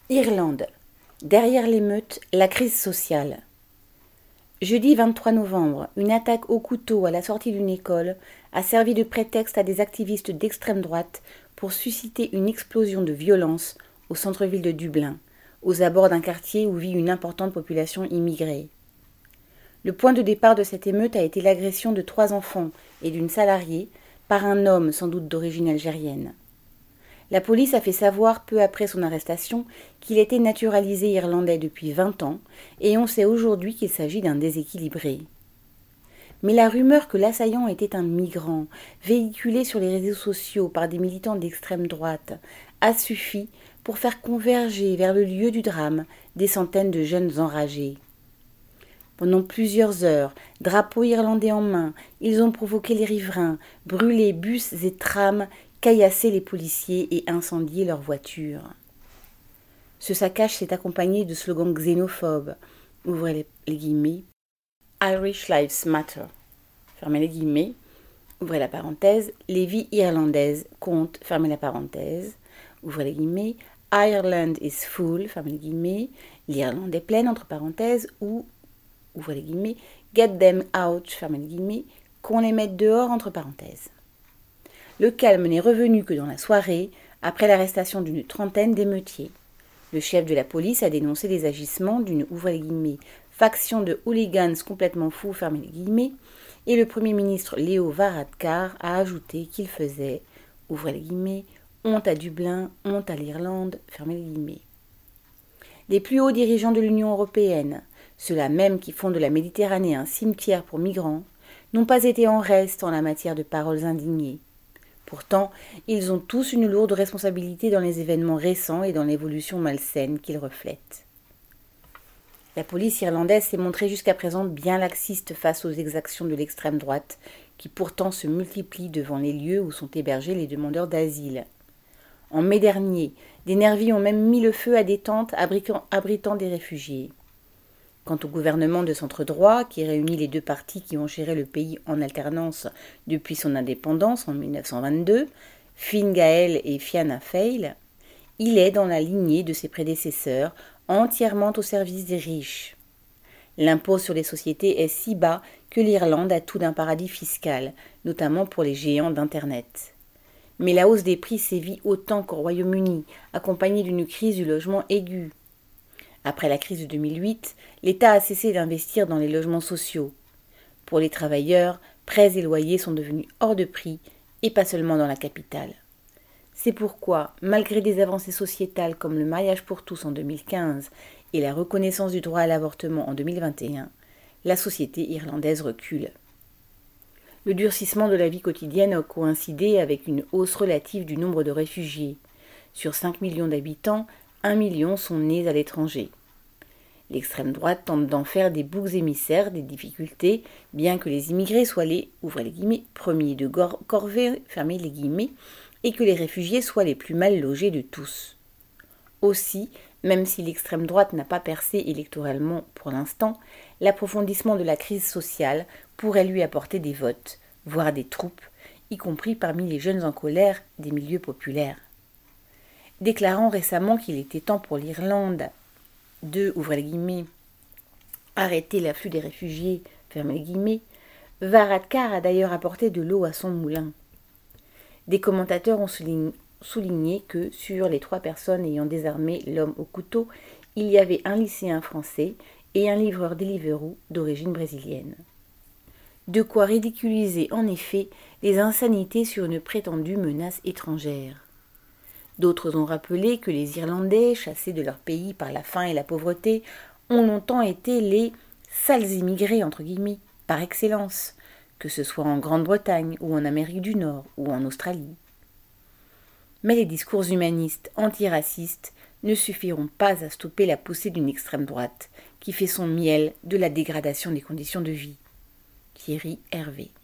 Irlande. Derrière l'émeute, la crise sociale. Jeudi 23 novembre, une attaque au couteau à la sortie d'une école a servi de prétexte à des activistes d'extrême droite pour susciter une explosion de violence au centre-ville de Dublin, aux abords d'un quartier où vit une importante population immigrée. Le point de départ de cette émeute a été l'agression de 3 enfants et d'une salariée par un homme sans doute d'origine algérienne. La police a fait savoir peu après son arrestation qu'il était naturalisé irlandais depuis 20 ans et on sait aujourd'hui qu'il s'agit d'un déséquilibré. Mais la rumeur que l'assaillant était un migrant, véhiculée sur les réseaux sociaux par des militants d'extrême droite, a suffi pour faire converger vers le lieu du drame des centaines de jeunes enragés. Pendant plusieurs heures, drapeaux irlandais en main, ils ont provoqué les riverains, brûlé bus et trams, caillassé les policiers et incendié leurs voitures. Ce saccage s'est accompagné de slogans xénophobes, ouvrez les guillemets, Irish Lives Matter, fermez les guillemets, ouvrez la parenthèse, les vies irlandaises comptent, fermez la parenthèse, ouvrez les guillemets, Ireland is full, fermez les guillemets, l'Irlande est pleine, entre parenthèses, ou, ouvrez les guillemets, get them out, fermez les guillemets, qu'on les mette dehors, entre parenthèses. Le calme n'est revenu que dans la soirée, après l'arrestation d'une trentaine d'émeutiers. Le chef de la police a dénoncé les agissements d'une, ouvrez les guillemets, faction de hooligans complètement fous, fermez les guillemets, et le Premier ministre Leo Varadkar a ajouté qu'il faisait, ouvrez les guillemets, honte à Dublin, honte à l'Irlande, fermez les guillemets. Les plus hauts dirigeants de l'Union européenne, ceux-là même qui font de la Méditerranée un cimetière pour migrants, n'ont pas été en reste en la matière de paroles indignées. Pourtant, ils ont tous une lourde responsabilité dans les événements récents et dans l'évolution malsaine qu'ils reflètent. La police irlandaise s'est montrée jusqu'à présent bien laxiste face aux exactions de l'extrême droite, qui pourtant se multiplient devant les lieux où sont hébergés les demandeurs d'asile. En mai dernier, des nervis ont même mis le feu à des tentes abritant des réfugiés. Quant au gouvernement de centre-droit, qui réunit les deux partis qui ont géré le pays en alternance depuis son indépendance en 1922, Fine Gael et Fianna Fáil, il est dans la lignée de ses prédécesseurs, entièrement au service des riches. L'impôt sur les sociétés est si bas que l'Irlande a tout d'un paradis fiscal, notamment pour les géants d'Internet. Mais la hausse des prix sévit autant qu'au Royaume-Uni, accompagnée d'une crise du logement aiguë. Après la crise de 2008, l'État a cessé d'investir dans les logements sociaux. Pour les travailleurs, prêts et loyers sont devenus hors de prix, et pas seulement dans la capitale. C'est pourquoi, malgré des avancées sociétales comme le mariage pour tous en 2015 et la reconnaissance du droit à l'avortement en 2021, la société irlandaise recule. Le durcissement de la vie quotidienne a coïncidé avec une hausse relative du nombre de réfugiés. Sur 5 millions d'habitants, 1 million sont nés à l'étranger. L'extrême droite tente d'en faire des boucs émissaires des difficultés, bien que les immigrés soient les, ouvrez les guillemets, premiers de corvée, fermez les guillemets, et que les réfugiés soient les plus mal logés de tous. Aussi, même si l'extrême droite n'a pas percé électoralement pour l'instant, l'approfondissement de la crise sociale pourrait lui apporter des votes, voire des troupes, y compris parmi les jeunes en colère des milieux populaires. Déclarant récemment qu'il était temps pour l'Irlande de, ouvrez les guillemets, arrêter l'afflux des réfugiés, fermez les guillemets, Varadkar a d'ailleurs apporté de l'eau à son moulin. Des commentateurs ont souligné que, sur les 3 personnes ayant désarmé l'homme au couteau, il y avait un lycéen français et un livreur Deliveroo d'origine brésilienne. De quoi ridiculiser en effet les insanités sur une prétendue menace étrangère. D'autres ont rappelé que les Irlandais, chassés de leur pays par la faim et la pauvreté, ont longtemps été les « sales immigrés » entre guillemets, par excellence, que ce soit en Grande-Bretagne ou en Amérique du Nord ou en Australie. Mais les discours humanistes, antiracistes, ne suffiront pas à stopper la poussée d'une extrême droite qui fait son miel de la dégradation des conditions de vie. Thierry Hervé.